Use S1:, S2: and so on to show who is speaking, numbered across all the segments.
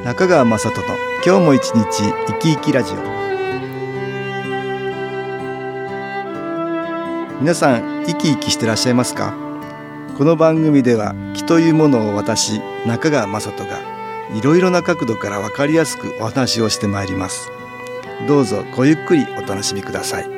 S1: 中川雅人の今日も一日生き生きラジオ。皆さん生き生きしてらっしゃいますか？この番組では気というものを私中川雅人がいろいろな角度から分かりやすくお話をしてまいります。どうぞごゆっくりお楽しみください。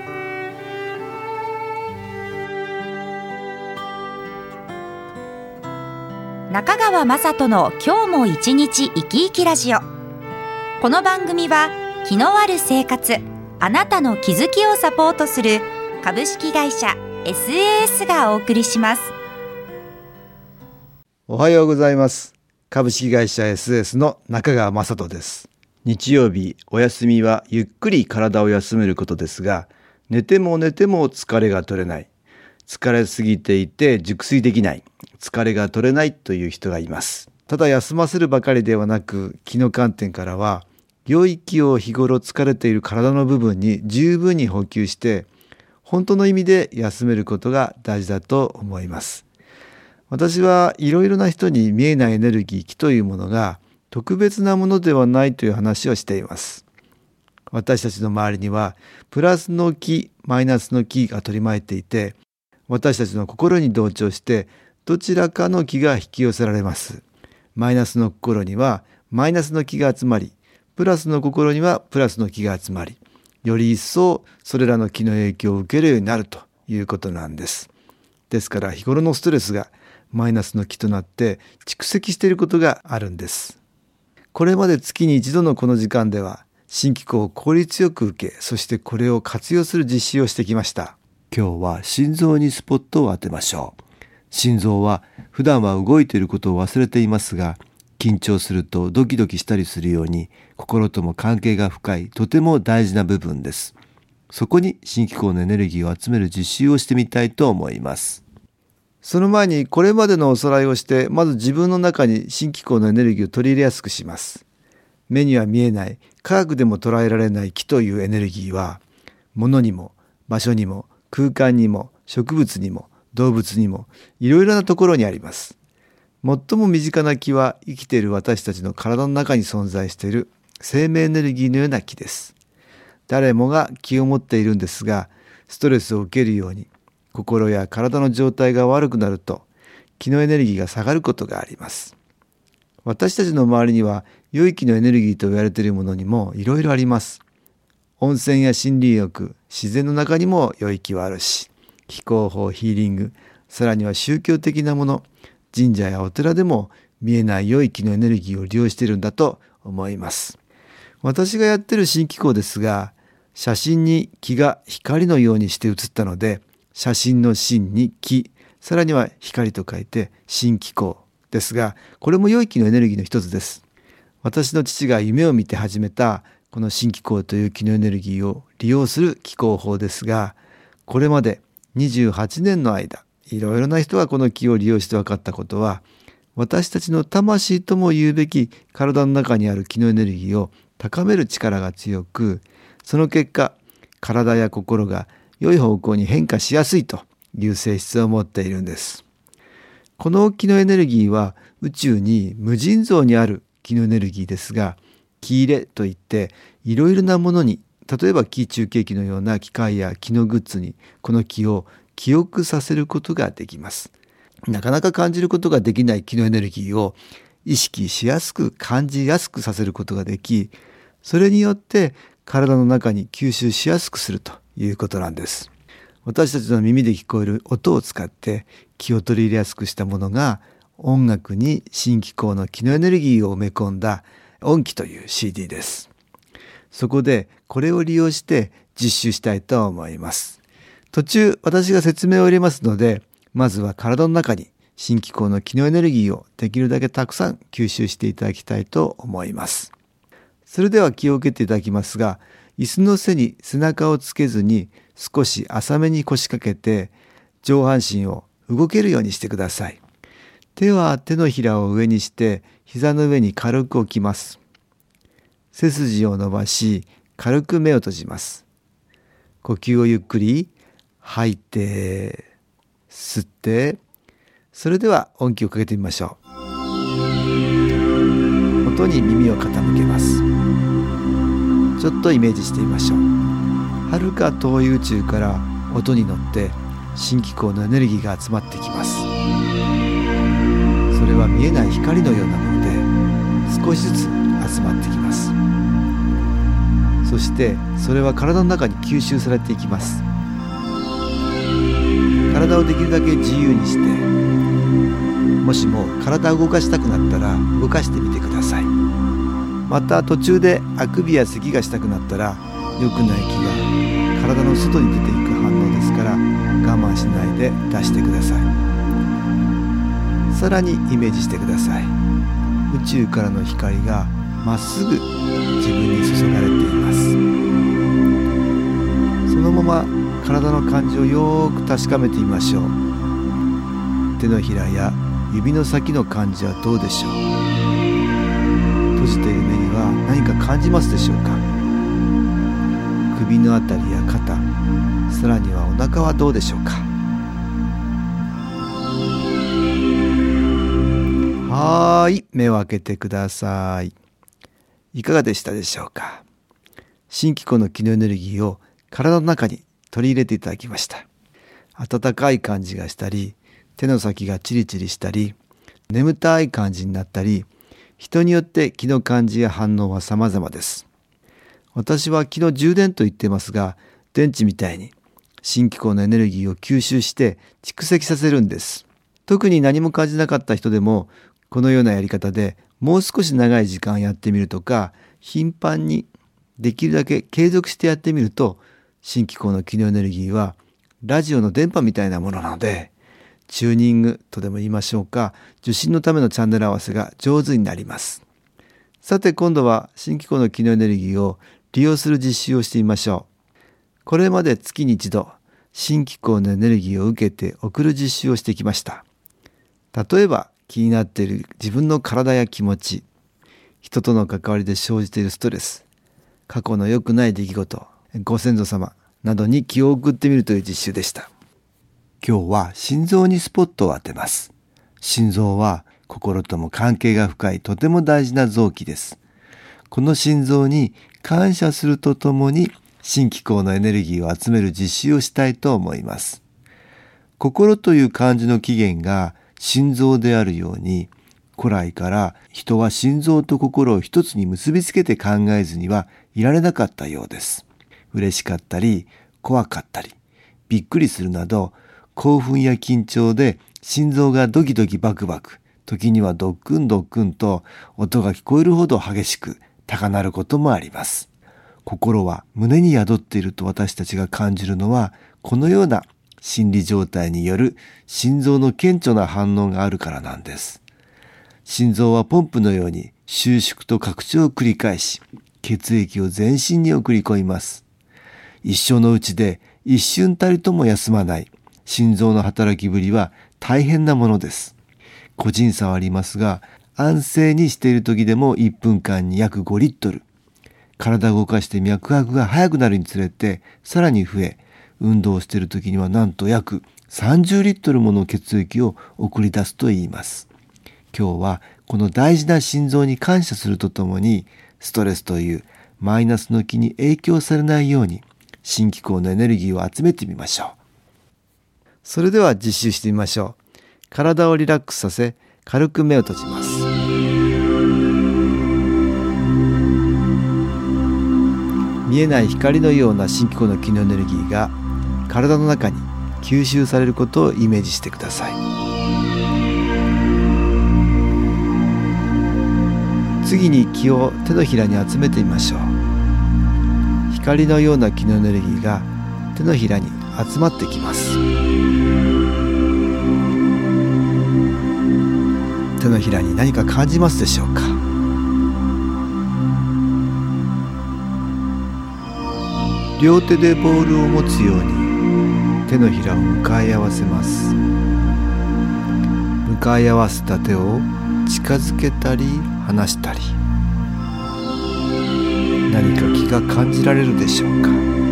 S2: 中川雅人の今日も一日生き生きラジオ。この番組は気のある生活、あなたの気づきをサポートする株式会社 SAS がお送りします。
S1: おはようございます。株式会社 SAS の中川雅人です。日曜日お休みはゆっくり体を休めることですが、寝ても寝ても疲れが取れない、疲れすぎていて熟睡できない、疲れが取れないという人がいます。ただ休ませるばかりではなく、気の観点からは良い気を日頃疲れている体の部分に十分に補給して本当の意味で休めることが大事だと思います。私はいろいろな人に見えないエネルギー、気というものが特別なものではないという話をしています。私たちの周りにはプラスの気、マイナスの気が取り巻いていて、私たちの心に同調してどちらかの気が引き寄せられます。マイナスの心にはマイナスの気が集まり、プラスの心にはプラスの気が集まり、より一層それらの気の影響を受けるようになるということなんです。ですから日頃のストレスがマイナスの気となって蓄積していることがあるんです。これまで月に一度のこの時間では新機構を効率よく受け、そしてこれを活用する実習をしてきました。今日は心臓にスポットを当てましょう。心臓は普段は動いていることを忘れていますが、緊張するとドキドキしたりするように心とも関係が深い、とても大事な部分です。そこに新機構のエネルギーを集める実習をしてみたいと思います。その前にこれまでのおさらいをして、まず自分の中に新機構のエネルギーを取り入れやすくします。目には見えない、科学でも捉えられない気というエネルギーは、物にも場所にも空間にも植物にも動物にもいろいろなところにあります。最も身近な気は生きている私たちの体の中に存在している生命エネルギーのような気です。誰もが気を持っているんですが、ストレスを受けるように心や体の状態が悪くなると気のエネルギーが下がることがあります。私たちの周りには良い気のエネルギーと言われているものにもいろいろあります。温泉や森林浴、自然の中にも良い気はあるし、気候法、ヒーリング、さらには宗教的なもの、神社やお寺でも見えない良い気のエネルギーを利用しているんだと思います。私がやっている新機構ですが、写真に気が光のようにして写ったので、写真の真に気、さらには光と書いて新機構ですが、これも良い気のエネルギーの一つです。私の父が夢を見て始めたこの新機構という気のエネルギーを利用する気候法ですが、これまで28年の間、いろいろな人がこの気を利用して分かったことは、私たちの魂とも言うべき体の中にある気のエネルギーを高める力が強く、その結果、体や心が良い方向に変化しやすいという性質を持っているんです。この気のエネルギーは宇宙に無尽蔵にある気のエネルギーですが、気入れといっていろいろなものに、例えば気中継機のような機械や気のグッズにこの気を記憶させることができます。なかなか感じることができない気のエネルギーを意識しやすく感じやすくさせることができ、それによって体の中に吸収しやすくするということなんです。私たちの耳で聞こえる音を使って気を取り入れやすくしたものが、音楽に新機構の気のエネルギーを埋め込んだ音気という CD です。そこでこれを利用して実習したいと思います。途中私が説明を入れますので、まずは体の中に新機構の気のエネルギーをできるだけたくさん吸収していただきたいと思います。それでは気を受けていただきますが、椅子の背に背中をつけずに少し浅めに腰掛けて上半身を動けるようにしてください。手は手のひらを上にして膝の上に軽く置きます。背筋を伸ばし軽く目を閉じます。呼吸をゆっくり吐いて吸って、それでは音気をかけてみましょう。音音に耳を傾けます。ちょっとイメージしてみましょう。遥か遠い宇宙から音に乗って新機構のエネルギーが集まってきます。それは見えない光のようなもので少しずつ集まってきます。そしてそれは体の中に吸収されていきます。体をできるだけ自由にして、もしも体を動かしたくなったら動かしてみてください。また途中であくびや咳がしたくなったら、良くない気が体の外に出ていく反応ですから、我慢しないで出してください。さらにイメージしてください。宇宙からの光がまっすぐ自分に注がれています。そのまま体の感じをよーく確かめてみましょう。手のひらや指の先の感じはどうでしょう。閉じている目には何か感じますでしょうか。首のあたりや肩、さらにはお腹はどうでしょうか。はーい、目を開けてください。いかがでしたでしょうか。新機構の気のエネルギーを体の中に取り入れていただきました。温かい感じがしたり、手の先がチリチリしたり、眠たい感じになったり、人によって気の感じや反応は様々です。私は気の充電と言っていますが、電池みたいに新機構のエネルギーを吸収して蓄積させるんです。特に何も感じなかった人でも、このようなやり方でもう少し長い時間やってみるとか、頻繁にできるだけ継続してやってみると、新機構の気のエネルギーはラジオの電波みたいなものなので、チューニングとでも言いましょうか、受信のためのチャンネル合わせが上手になります。さて今度は新機構の気のエネルギーを利用する実習をしてみましょう。これまで月に一度、新機構のエネルギーを受けて送る実習をしてきました。例えば気になっている自分の体や気持ち、人との関わりで生じているストレス、過去の良くない出来事、ご先祖様などに気を送ってみるという実習でした。今日は心臓にスポットを当てます。心臓は心とも関係が深いとても大事な臓器です。この心臓に感謝するとともに新機構のエネルギーを集める実習をしたいと思います。心という漢字の起源が心臓であるように、古来から人は心臓と心を一つに結びつけて考えずにはいられなかったようです。嬉しかったり怖かったりびっくりするなど、興奮や緊張で心臓がドキドキバクバク、時にはドックンドックンと音が聞こえるほど激しく高鳴ることもあります。心は胸に宿っていると私たちが感じるのは、このような心理状態による心臓の顕著な反応があるからなんです。心臓はポンプのように収縮と拡張を繰り返し、血液を全身に送り込みます。一生のうちで一瞬たりとも休まない心臓の働きぶりは大変なものです。個人差はありますが、安静にしている時でも1分間に約5リットル。体を動かして脈拍が速くなるにつれてさらに増え、運動をしている時にはなんと約30リットルもの血液を送り出すといいます。今日はこの大事な心臓に感謝するとともに、ストレスというマイナスの気に影響されないように新機構のエネルギーを集めてみましょう。それでは実習してみましょう。体をリラックスさせ、軽く目を閉じます。見えない光のような新機構の気のエネルギーが体の中に吸収されることをイメージしてください。次に気を手のひらに集めてみましょう。光のような気のエネルギーが手のひらに集まってきます。手のひらに何か感じますでしょうか。両手でボールを持つように手のひらを向かい合わせます。向かい合わせた手を近づけたり離したり、何か気が感じられるでしょうか。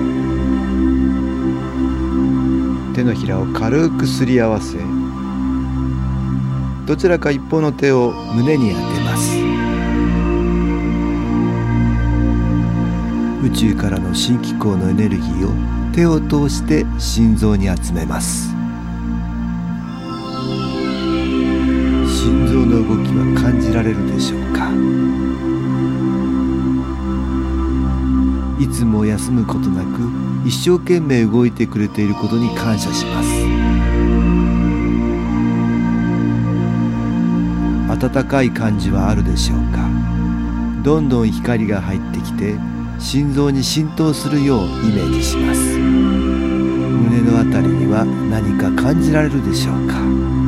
S1: 手のひらを軽くすり合わせ、どちらか一方の手を胸に当てます。 宇宙からの新機構のエネルギーを手を通して心臓に集めます。心臓の動きは感じられるでしょうか。いつも休むことなく一生懸命動いてくれていることに感謝します。温かい感じはあるでしょうか。どんどん光が入ってきて心臓に浸透するようイメージします。胸のあたりには何か感じられるでしょうか。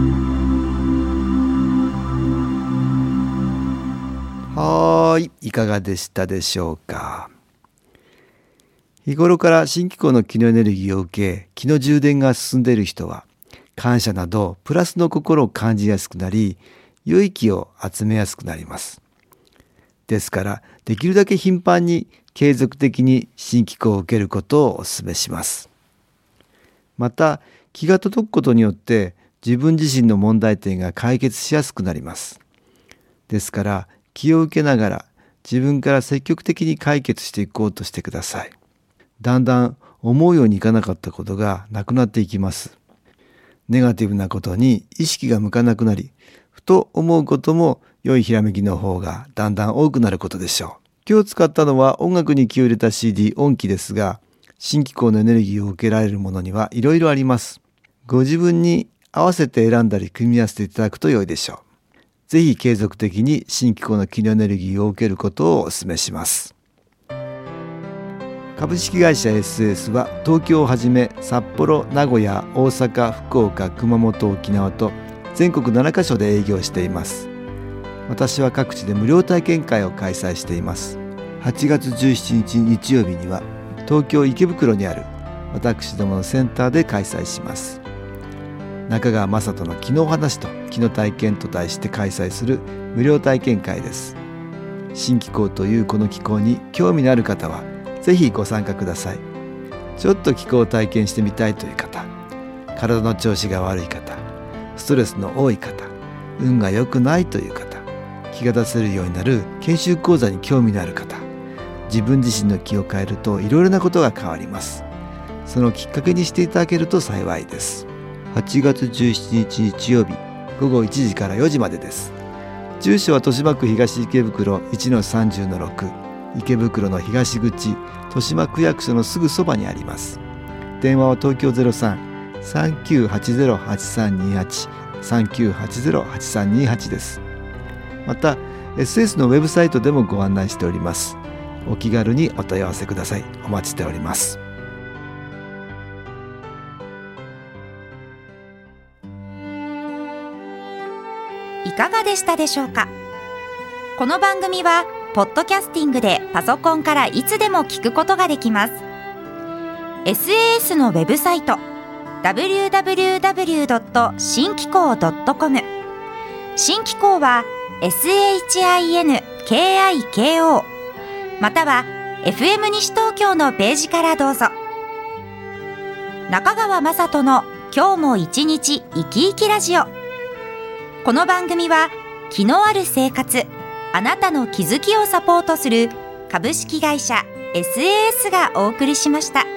S1: いかがでしたでしょうか。日頃から新機構の気のエネルギーを受け、気の充電が進んでいる人は感謝などプラスの心を感じやすくなり、良い気を集めやすくなります。ですからできるだけ頻繁に継続的に新機構を受けることをお勧めします。また気が届くことによって自分自身の問題点が解決しやすくなります。ですから気を受けながら自分から積極的に解決していこうとしてください。だんだん思うようにいかなかったことがなくなっていきます。ネガティブなことに意識が向かなくなり、ふと思うことも良いひらめきの方がだんだん多くなることでしょう。今日使ったのは音楽に気を入れた CD 音機ですが、新機構のエネルギーを受けられるものにはいろいろあります。ご自分に合わせて選んだり組み合わせていただくと良いでしょう。ぜひ継続的に新機構の気のエネルギーを受けることをお勧めします。株式会社 SS は東京をはじめ札幌、名古屋、大阪、福岡、熊本、沖縄と全国7カ所で営業しています。私は各地で無料体験会を開催しています。8月17日日曜日には東京池袋にある私どものセンターで開催します。中川雅人の気の話と気の体験と題して開催する無料体験会です。新機構というこの機構に興味のある方はぜひご参加ください。ちょっと気候を体験してみたいという方、体の調子が悪い方、ストレスの多い方、運が良くないという方、気が出せるようになる研修講座に興味のある方、自分自身の気を変えるといろいろなことが変わります。そのきっかけにしていただけると幸いです。8月17日日曜日午後1時から4時までです。住所は豊島区東池袋 1-30-6、池袋の東口豊島区役所のすぐそばにあります。電話は東京 03-3980-8328 3980-8328 です。また SS のウェブサイトでもご案内しております。お気軽にお問い合わせください。お待ちしております。
S2: いかがでしたでしょうか。この番組はポッドキャスティングでパソコンからいつでも聞くことができます。 SAS のウェブサイト www.新機構.com、 新機構は SHINKIKO または FM 西東京のページからどうぞ。中川雅人の今日も一日生き生きラジオ。この番組は気のある生活、あなたの気づきをサポートする株式会社 SAS がお送りしました。